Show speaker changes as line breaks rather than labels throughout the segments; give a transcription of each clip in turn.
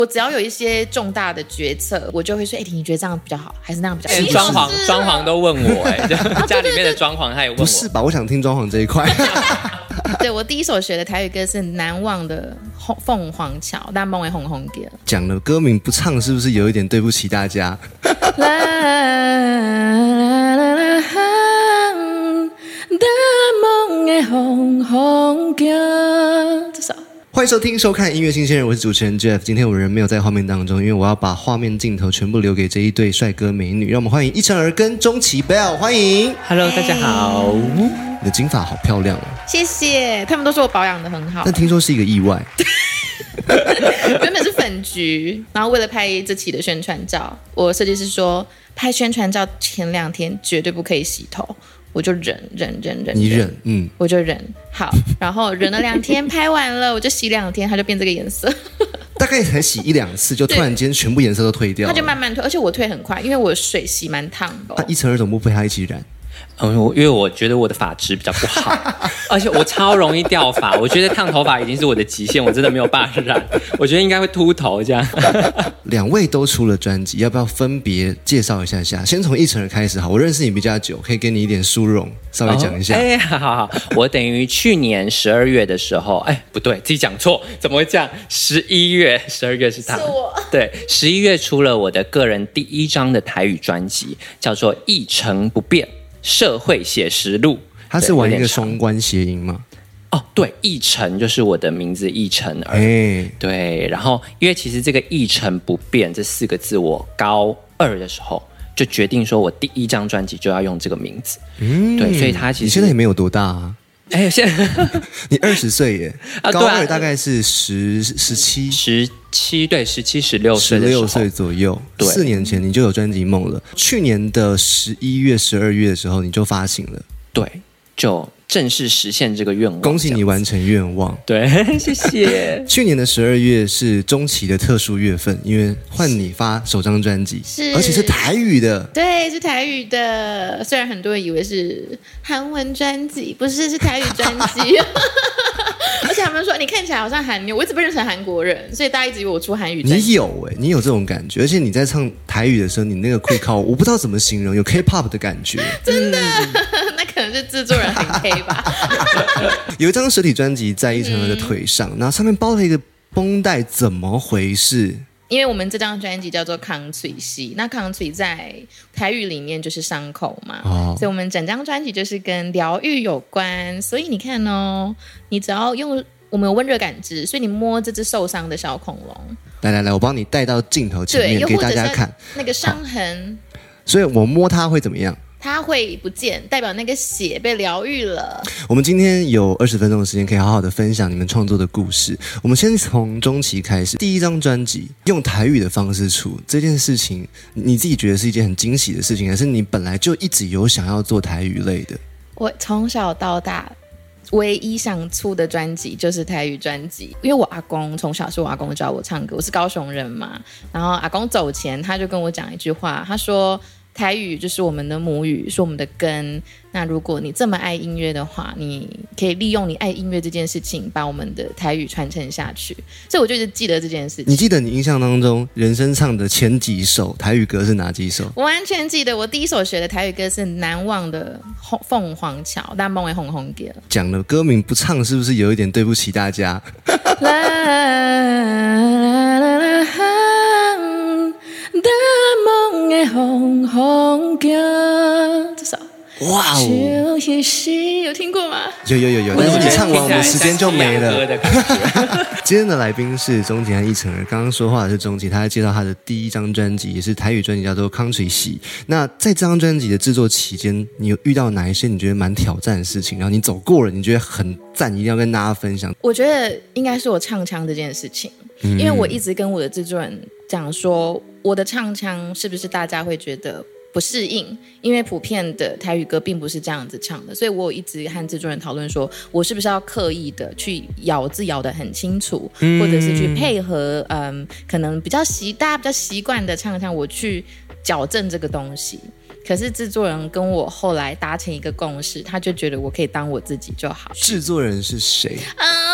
我只要有一些重大的决策，我就会说你觉得这样比较好还是那样比较好？
连装潢都问我家里面的装潢他也问我。
不是吧，我想听装潢这一块。
对，我第一首学的台语歌是难忘的凤凰桥，但梦为红红girl。
讲了歌名不唱是不是有一点对不起大家？
这首
欢迎收听收看音乐新鲜人，我是主持人 Jeff。今天我人没有在画面当中，因为我要把画面镜头全部留给这一对帅哥美女。让我们欢迎一晨儿跟钟琪 Bell， 欢迎。
Hello， 大家好。
你的金发好漂亮哦，
谢谢。他们都说我保养得很好，
但听说是一个意外。
原本是粉橘，然后为了拍这期的宣传照，我设计师说拍宣传照前2天绝对不可以洗头。我就忍，
你忍，
我就忍好，然后忍了2天，拍完了我就洗2天，它就变这个颜色。
大概才洗1-2次，就突然间全部颜色都退掉了。
它就慢慢退，而且我退很快，因为我水洗蛮烫的。
那一晨儿怎么不陪他一起染？
因为我觉得我的发质比较不好，而且我超容易掉发。我觉得烫头发已经是我的极限，我真的没有办法染。我觉得应该会秃头这样。
2位都出了专辑，要不要分别介绍一下下？先从一晨儿开始好，我认识你比较久，可以给你一点殊荣，稍微讲一下。
好，我等于去年12月的时候，不对，自己讲错，怎么会这样？11月，12月是他，
是我。
对，11月出了我的个人第1张的台语专辑，叫做《一成不变社会写实录》。
他是玩一个双关谐音吗？
对，一成就是我的名字一成儿。对，然后因为其实这个一成不变这4个字，我高2的时候就决定说我第1张专辑就要用这个名字。对，所以他其实
你现在也没有多大啊。
现在
你20岁耶，高2大概是17，
对，17、16岁的时候，16
岁左右。
对
，4年前你就有专辑梦了。去年的11月、12月的时候，你就发行了。
对，就正式实现这个愿望。
恭喜你完成愿望。
对，谢谢。
去年的12月是钟琪的特殊月份，因为换你发首张专辑，而且是台语的。
对，是台语的。虽然很多人以为是韩文专辑，不是，是台语专辑。而且他们说你看起来好像韩妞，我一直被认成韩国人，所以大家一直以为我出韩语专辑。
你有这种感觉，而且你在唱台语的时候，你那个quick call，我不知道怎么形容，有 K-pop 的感觉。
真的，那可能是制作人很 K 吧。
有一张实体专辑在一晨儿的腿上，然后上面包了一个绷带，怎么回事？
因为我们这张专辑叫做康脆西，那康脆在台语里面就是伤口嘛，所以我们整张专辑就是跟疗愈有关。所以你看哦，你只要用我们有温热感知，所以你摸这只受伤的小恐龙，
来，我帮你带到镜头前面给大家看
那个伤痕。
所以我摸它会怎么样？
它会不见，代表那个血被疗愈了。
我们今天有20分钟的时间，可以好好的分享你们创作的故事。我们先从钟琪开始，第1张专辑用台语的方式出这件事情，你自己觉得是一件很惊喜的事情，还是你本来就一直有想要做台语类的？
我从小到大唯一想出的专辑就是台语专辑，因为我阿公从小是我阿公教我唱歌，我是高雄人嘛，然后阿公走前他就跟我讲一句话，他说台语就是我们的母语，是我们的根。那如果你这么爱音乐的话，你可以利用你爱音乐这件事情，把我们的台语传承下去。所以我就一直记得这件事情。
你记得你印象当中人生唱的前几首台语歌是哪几首？
我完全记得，我第1首学的台语歌是难忘的凤凰桥，但梦为红红girl。
讲了歌名不唱是不是有一点对不起大家？
红红girl，这首
哇哦，
有听过吗？
有，但是你唱完我们时间就没了。
的
今天的来宾是钟琪和一晨儿，刚刚说话的是钟琪，他在介绍他的第1张专辑，也是台语专辑，叫做《康脆西》。那在这张专辑的制作期间，你有遇到哪一些你觉得蛮挑战的事情？然后你走过了，你觉得很赞，一定要跟大家分享？
我觉得应该是我唱腔这件事情，因为我一直跟我的制作人讲说，我的唱腔是不是大家会觉得不适应，因为普遍的台语歌并不是这样子唱的，所以我一直和制作人讨论说，我是不是要刻意的去咬字咬得很清楚，或者是去配合可能大家比较习惯的唱腔，我去矫正这个东西。可是制作人跟我后来达成一个共识，他就觉得我可以当我自己就好。
制作人是谁？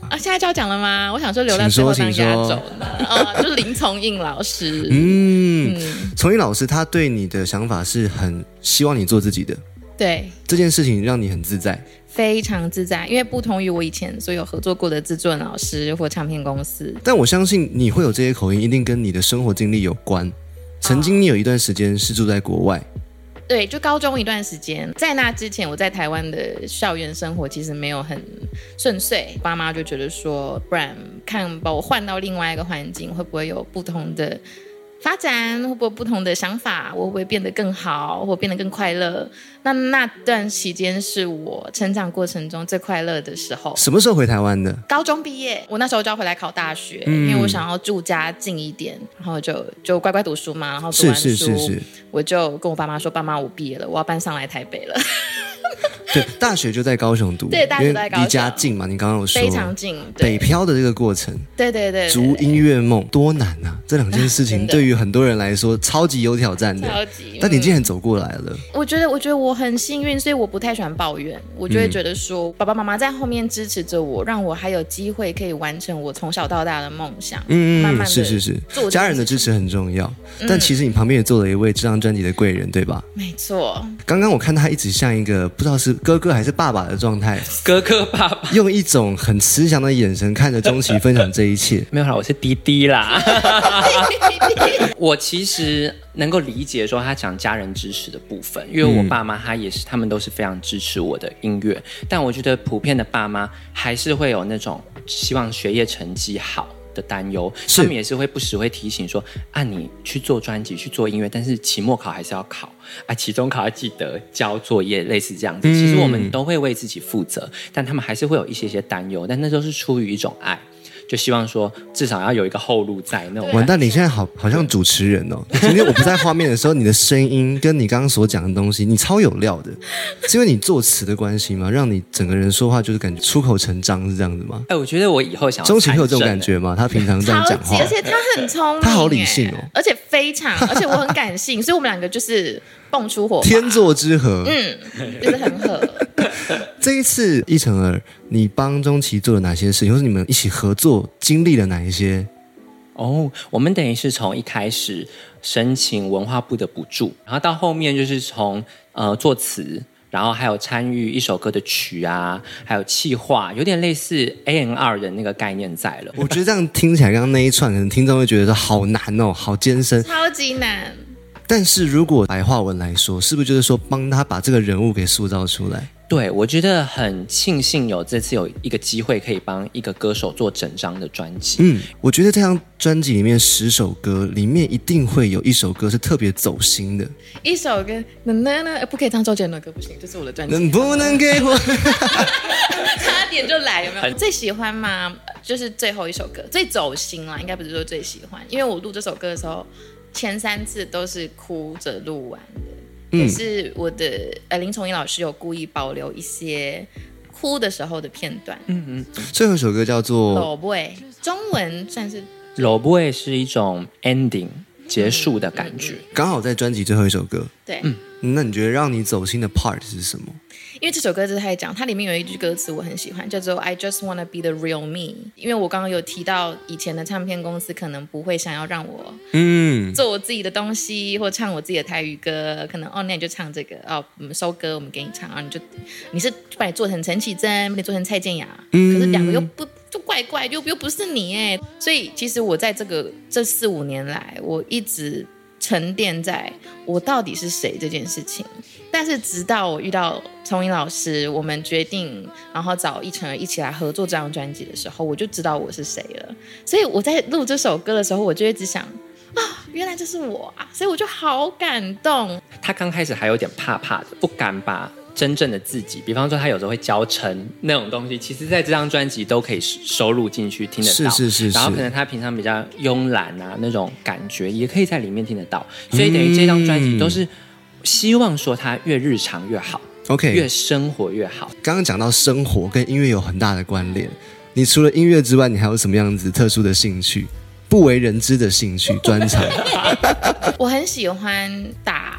啊，现在就要讲了吗？我想说留到最后当压轴呢。就是林从应老师。
从应老师他对你的想法是很希望你做自己的。
对，
这件事情让你很自在。
非常自在，因为不同于我以前所有合作过的制作人老师或唱片公司。
但我相信你会有这些口音，一定跟你的生活经历有关。曾经你有一段时间是住在国外。
对，就高中一段时间，在那之前我在台湾的校园生活其实没有很顺遂，爸妈就觉得说，不然看把我换到另外一个环境，会不会有不同的发展，会不会有不同的想法，我会不会变得更好，或变得更快乐。那段期间是我成长过程中最快乐的时候。
什么时候回台湾的？
高中毕业，我那时候就要回来考大学，因为我想要住家近一点，然后就乖乖读书嘛，然后读完书我就跟我爸妈说，爸妈我毕业了，我要搬上来台北了。
对，大学就在高雄读，
对，大学在高雄，
离家近嘛，你刚刚有说
非常近，
北漂的这个过程，
对，
逐音乐梦多难啊！这两件事情对于很多人来说超级有挑战的，
超级。
但你竟然走过来了，
我觉得我很幸运，所以我不太喜欢抱怨，我就会觉得说，爸爸妈妈在后面支持着我，让我还有机会可以完成我从小到大的梦想。慢慢的
是，家人的支持很重要，但其实你旁边也坐了一位这张专辑的贵人，对吧？
没错。
刚刚我看他一直像一个不知道是哥哥还是爸爸的状态，
哥哥爸爸，
用一种很慈祥的眼神看着钟琪分享这一切。
没有啦，我是弟弟啦。我其实能够理解说他讲家人支持的部分，因为我爸妈他们都是非常支持我的音乐，但我觉得普遍的爸妈还是会有那种希望学业成绩好的担忧，他们也是会不时会提醒说，你去做专辑去做音乐，但是期末考还是要考期中考要记得交作业，类似这样子。其实我们都会为自己负责，但他们还是会有一些担忧，但那都是出于一种爱，就希望说至少要有一个后路在那种。
完蛋，你现在好像主持人哦。今天我不在画面的时候，你的声音跟你刚刚所讲的东西，你超有料的。是因为你作词的关系吗？让你整个人说话就是感觉出口成章，是这样子吗？
我觉得我以后想要
钟琪会有这种感觉吗？他平常这样讲话，
而且他很聪明，
他好理性哦，
而且而且我很感性，所以我们两个就是蹦出火花，
天作之合，
就是很合。
这一次一成儿，你帮钟琪做了哪些事情，或是你们一起合作经历了哪一些？
我们等于是从一开始申请文化部的补助，然后到后面就是从作词，然后还有参与一首歌的曲啊，还有企划，有点类似 A&R 的那个概念在了。
我觉得这样听起来，刚刚那一串可能听众会觉得说好难哦，好艰深，
超级难。
但是如果白话文来说，是不是就是说帮他把这个人物给塑造出来？
对，我觉得很庆幸这次有一个机会可以帮一个歌手做整张的专辑。
我觉得这张专辑里面10首歌里面一定会有一首歌是特别走心的。
一首歌，不可以唱周杰伦的歌，不行，这是我的专辑。
能不能给我？
差点就来，有没有？最喜欢吗？就是最后一首歌，最走心啦，应该不是说最喜欢，因为我录这首歌的时候，前3次都是哭着录完的。也是我的林从应老师有故意保留一些哭的时候的片段。
最后一首歌叫做
《老贝》，中文算是
老贝是一种 ending 结束的感觉，
刚好在专辑最后一首歌。
对，
那你觉得让你走心的 part 是什么？
因为这首歌就是在讲，它里面有一句歌词我很喜欢，叫做 I just wanna be the real me。因为我刚刚有提到，以前的唱片公司可能不会想要让我做我自己的东西，或唱我自己的台语歌，可能那你就唱这个我们收歌，我们给你唱，然后你是把你做成陈绮贞，把你做成蔡健雅，可是两个又不就怪怪，又不是你哎，所以其实我在这4-5年来，我一直沉淀在我到底是谁这件事情。但是直到我遇到从应老师，我们决定然后找一成儿一起来合作这张专辑的时候，我就知道我是谁了。所以我在录这首歌的时候，我就一直想原来这是我啊，所以我就好感动。
他刚开始还有点怕怕的，不敢把真正的自己，比方说他有时候会教程那种东西，其实在这张专辑都可以收录进去，听得到。是。然后可能他平常比较慵懒啊那种感觉，也可以在里面听得到。所以等于这张专辑都是希望说它越日常越好，
OK，
越生活越好。
刚刚讲到生活跟音乐有很大的关联，你除了音乐之外，你还有什么样子特殊的兴趣？不为人知的兴趣专长？
我很喜欢打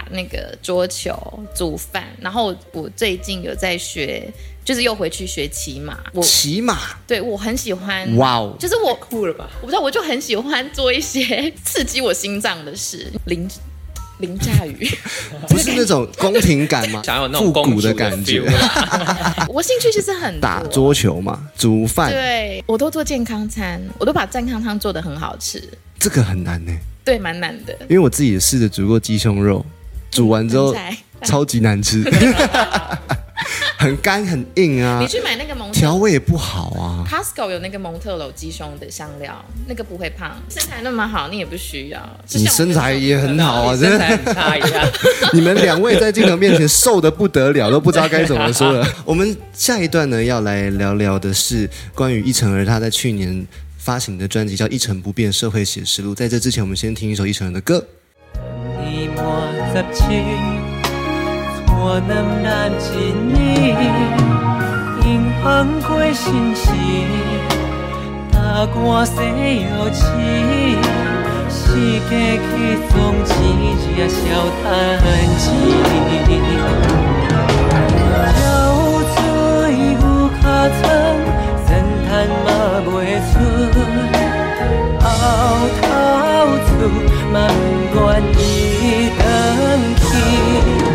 那个桌球、煮饭，然后我最近有在学，就是又回去学骑马。
骑马？
对，我很喜欢。
哇哦，
就是我
酷了吧？
我不知道，我就很喜欢做一些刺激我心脏的事。凌驾雨
不是那种宫廷感吗？
想要有那种
复古的感觉。
我兴趣其实很多，
打桌球嘛，煮饭。
对，我都做健康餐，我都把健康餐做得很好吃。
这个很难呢。
对，蛮难的。
因为我自己也试着煮过鸡胸肉，煮完之后超级难吃。很干很硬啊！
你去买那个蒙特
调味也不好啊。
Costco 有那个蒙特楼鸡胸的香料，那个不会胖，身材那么好，你也不需要。
你身材也很好啊，
身材很差一样。
你们两位在镜头面前瘦得不得了，都不知道该怎么说了。我们下一段呢，要来聊聊的是关于一成儿他在去年发行的专辑叫《一成不变社会写实录》。在这之前，我们先听一首一成儿的歌。
我能难一年，迎风过心事，打官司有钱，世界去总钱也少赚钱。有水有脚床，神探嘛袂出，后头厝嘛不愿意回去。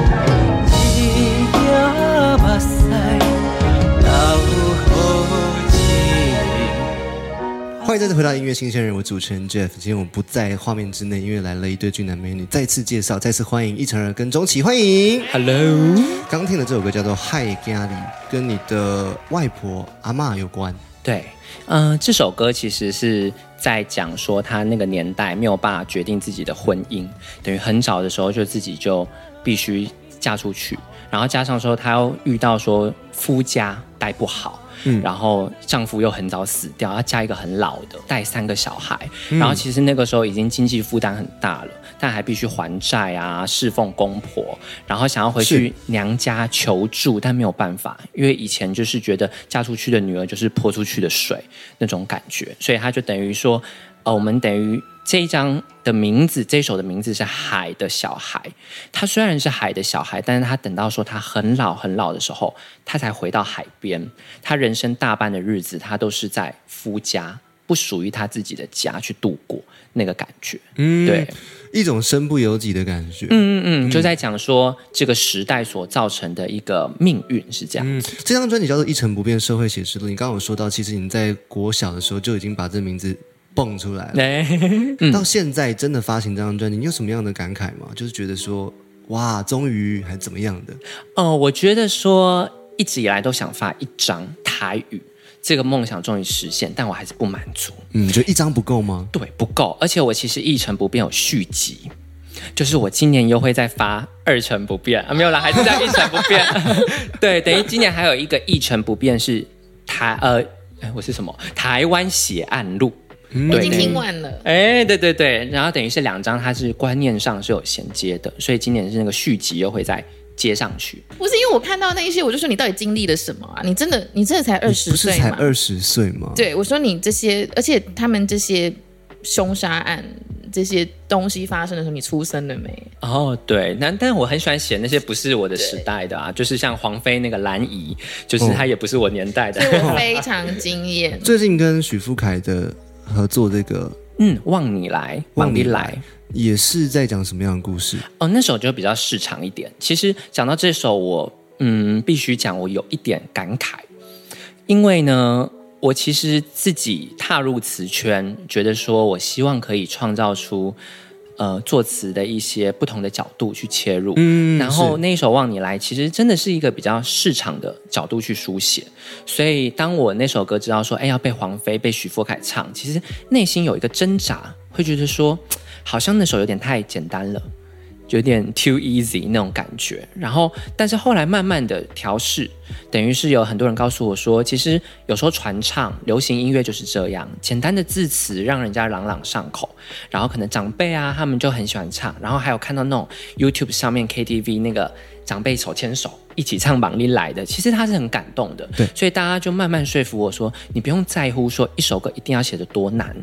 欢迎再次回到音乐新鲜人，我主持人 Jeff。今天我不在画面之内，因为来了一对俊男美女。再次介绍，再次欢迎一成儿跟钟琪，欢迎
，Hello。
刚听的这首歌叫做《嗨家里》，跟你的外婆阿嬷有关。
对，这首歌其实是在讲说他那个年代没有办法决定自己的婚姻，等于很早的时候就自己就必须嫁出去，然后加上说他要遇到说夫家带不好。然后丈夫又很早死掉，要嫁一个很老的，带3个小孩，然后其实那个时候已经经济负担很大了，但还必须还债啊，侍奉公婆，然后想要回去娘家求助，但没有办法，因为以前就是觉得嫁出去的女儿就是泼出去的水那种感觉，所以他就等于说，我们等于这一张的名字，这一首的名字是海的小孩。他虽然是海的小孩，但是他等到说他很老很老的时候，他才回到海边。他人生大半的日子，他都是在夫家，不属于他自己的家去度过那个感觉。对，
一种身不由己的感觉。
就在讲说这个时代所造成的一个命运是这样。
这张专辑叫做《一成不变社会写实录》。你刚刚有说到，其实你在国小的时候就已经把这名字蹦出来了。到现在真的发行这张专辑，你有什么样的感慨吗？就是觉得说，哇，终于还怎么样的？
我觉得说一直以来都想发一张台语，这个梦想终于实现，但我还是不满足。
就一张不够吗？
对，不够。而且我其实一成不变有续集，就是我今年又会再发2成不变没有啦，还是在1成不变。对，等于今年还有一个1成不变是我是什么？台湾血案录。
我已经听完了。
对，然后等于是2张，它是观念上是有衔接的，所以今年是那个续集又会再接上去。
不是因为我看到那一些，我就说你到底经历了什么啊？你真的才20岁吗？
不是才20岁吗？
对，我说你这些，而且他们这些凶杀案这些东西发生的时候，你出生了没？
对，但我很喜欢写那些不是我的时代的啊，就是像黄飞那个蓝姨，就是他也不是我年代的，
所以我非常惊艳。
最近跟许富凯的合作这个
望你来，望你来，
也是在讲什么样的故事？
那首就比较市场一点。其实讲到这首，我必须讲，我有一点感慨，因为呢，我其实自己踏入词圈，觉得说我希望可以创造出作词的一些不同的角度去切入，然后那一首望你来其实真的是一个比较市场的角度去书写，所以当我那首歌知道说要被黄飞被许富凯唱，其实内心有一个挣扎，会觉得说好像那首有点太简单了，有点 too easy 那种感觉，然后但是后来慢慢的调试，等于是有很多人告诉我说，其实有时候传唱流行音乐就是这样，简单的字词让人家朗朗上口，然后可能长辈啊他们就很喜欢唱，然后还有看到那种 YouTube 上面 KTV 那个长辈手牵手一起唱望你来的，其实他是很感动的，对，所以大家就慢慢说服我说，你不用在乎说一首歌一定要写得多难，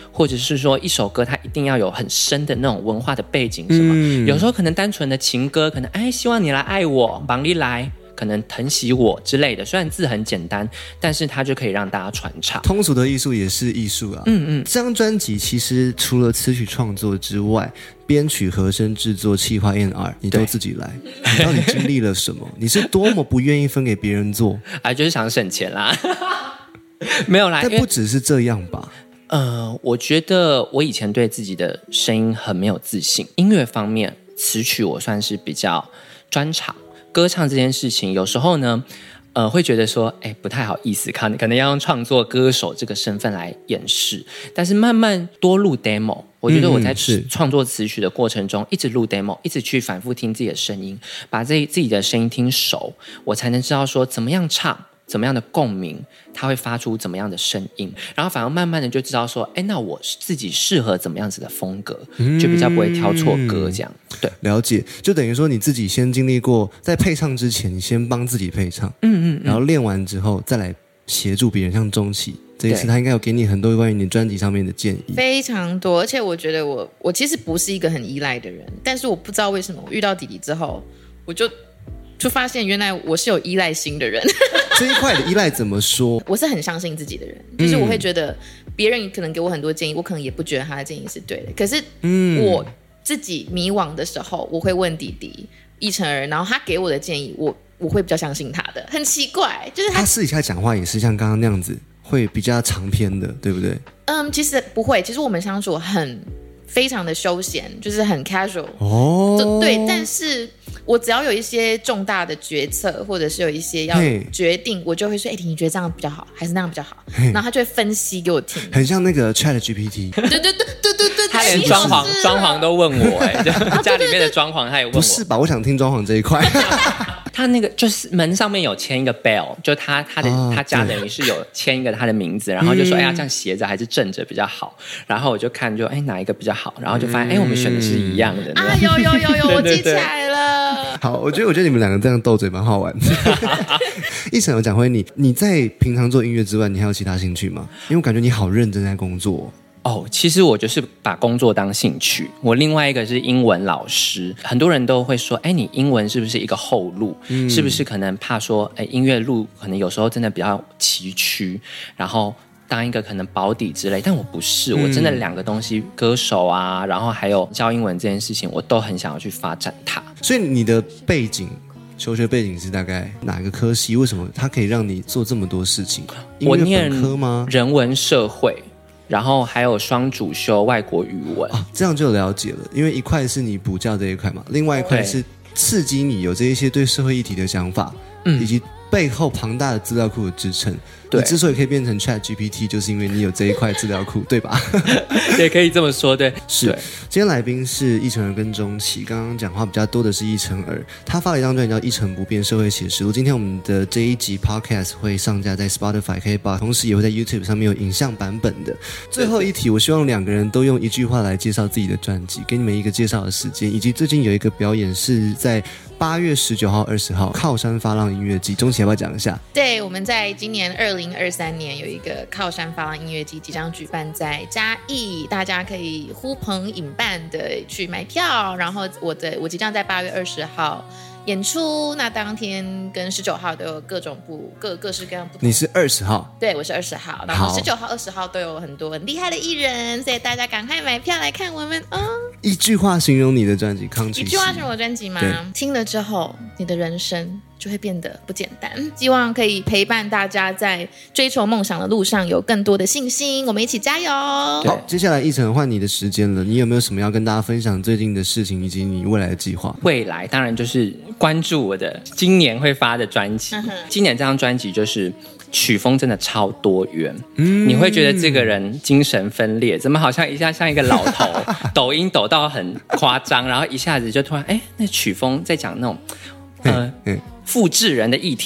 或者是说一首歌它一定要有很深的那种文化的背景什么，有时候可能单纯的情歌，可能希望你来爱我，帮你来，可能疼惜我之类的，虽然字很简单，但是它就可以让大家传唱。
通俗的艺术也是艺术啊。这张专辑其实除了词曲创作之外，编曲、和声制作、企划、A&R 你都自己来，你到底经历了什么？你是多么不愿意分给别人做？
就是想省钱啦。没有啦，
但不只是这样吧。
我觉得我以前对自己的声音很没有自信，音乐方面词曲我算是比较专长，歌唱这件事情有时候呢会觉得说不太好意思，可能要用创作歌手这个身份来掩饰，但是慢慢多录 demo， 我觉得我在创作词曲的过程中一直录 demo， 一直去反复听自己的声音，把自己的声音听熟，我才能知道说怎么样唱，怎么样的共鸣，它会发出怎么样的声音，然后反而慢慢的就知道说那我自己适合怎么样子的风格，就比较不会挑错歌这样。对，
了解，就等于说你自己先经历过，在配唱之前你先帮自己配唱，然后练完之后再来协助别人，像钟琪这一次他应该有给你很多关于你专辑上面的建议，
非常多。而且我觉得我其实不是一个很依赖的人，但是我不知道为什么我遇到弟弟之后，我就发现原来我是有依赖心的人。
这一块的依赖怎么说？
我是很相信自己的人，就是我会觉得别人可能给我很多建议，我可能也不觉得他的建议是对的，可是我自己迷惘的时候，我会问弟弟奕成儿，然后他给我的建议我会比较相信他的，很奇怪，就是
他私底下讲话也是像刚刚那样子，会比较长篇的，对不对？
其实不会，其实我们相处非常的休闲，就是很 casual 对，但是我只要有一些重大的决策，或者是有一些要决定，我就会说你觉得这样比较好还是那样比较好，然后他就会分析给我听，
很像那个 ChatGPT。
对，
他连装潢都问我家里面的装潢他也问我。
不是吧，我想听装潢这一块。
他那个就是门上面有签一个 bell， 就他家等于是有签一个他的名字，然后就说这样斜着还是正着比较好，然后我就看哪一个比较好，然后就发现我们选的是一样的
有我记起来了。
好，我觉得你们两个这样斗嘴蛮好玩的。奕成有讲回你在平常做音乐之外，你还有其他兴趣吗？因为我感觉你好认真在工作。
其实我就是把工作当兴趣。我另外一个是英文老师，很多人都会说你英文是不是一个后路，是不是可能怕说音乐路可能有时候真的比较崎岖，然后当一个可能保底之类，但我不是，我真的两个东西，歌手啊，然后还有教英文这件事情，我都很想要去发展它。
所以你的求学背景是大概哪个科系？为什么它可以让你做这么多事情？
我念
本科吗？
人文社会，然后还有双主修外国语文
这样就了解了。因为一块是你补教这一块嘛，另外一块是刺激你有这一些对社会议题的想法，以及背后庞大的资料库的支撑。你之所以可以变成 ChatGPT， 就是因为你有这一块资料库，对吧？
也可以这么说，对。
是。今天来宾是奕成儿跟钟琪，刚刚讲话比较多的是奕成儿，他发了一张专辑叫《一成不变社会写实录》。今天我们的这一集 Podcast 会上架在 Spotify、KKBOX， 同时也会在 YouTube 上面有影像版本的。最后一题，我希望两个人都用一句话来介绍自己的专辑，给你们一个介绍的时间，以及最近有一个表演是在8月19号、20号靠山发浪音乐季，钟琪要不要讲一下？
对，我们在今年2023年有一个靠山发浪音乐季即将举办在嘉义，大家可以呼朋引伴的去买票，然后我即将在8月20号演出，那当天跟19号都有各式各样不同。
你是20号？
对，我是20号，然后19号、20号都有很多很厉害的艺人，所以大家赶快买票来看我们
一句话形容你的专辑《康熙》。
一句话形容我专辑吗？听了之后，你的人生就会变得不简单。希望可以陪伴大家在追求梦想的路上有更多的信心，我们一起加油。
好，接下来奕成换你的时间了，你有没有什么要跟大家分享最近的事情，以及你未来的计划？
未来当然就是关注我的今年会发的专辑。今年这张专辑就是曲风真的超多元，你会觉得这个人精神分裂，怎么好像一下像一个老头，抖音抖到很夸张，然后一下子就突然那曲风在讲那种复制人的议题，然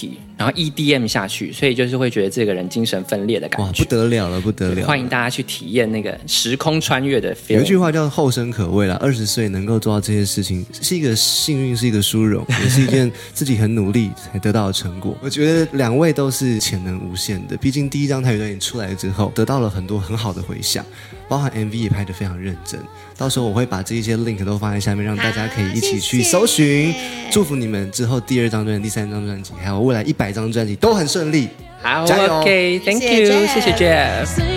然后 EDM 下去，所以就是会觉得这个人精神分裂的感觉。
哇，不得了了，不得了了！
欢迎大家去体验那个时空穿越的 feel。
有一句话叫后生可畏啦，20岁能够做到这些事情是一个幸运，是一个殊荣，也是一件自己很努力才得到的成果。我觉得两位都是潜能无限的，毕竟第一张台语专辑出来之后，得到了很多很好的回响，包含 MV 也拍得非常认真。到时候我会把这些 link 都放在下面，让大家可以一起去搜寻。祝福你们之后第2张专辑、第3张专辑，还有未来100张专辑都很顺利。
好，
加油
OK，Thank you，谢谢 Jeff。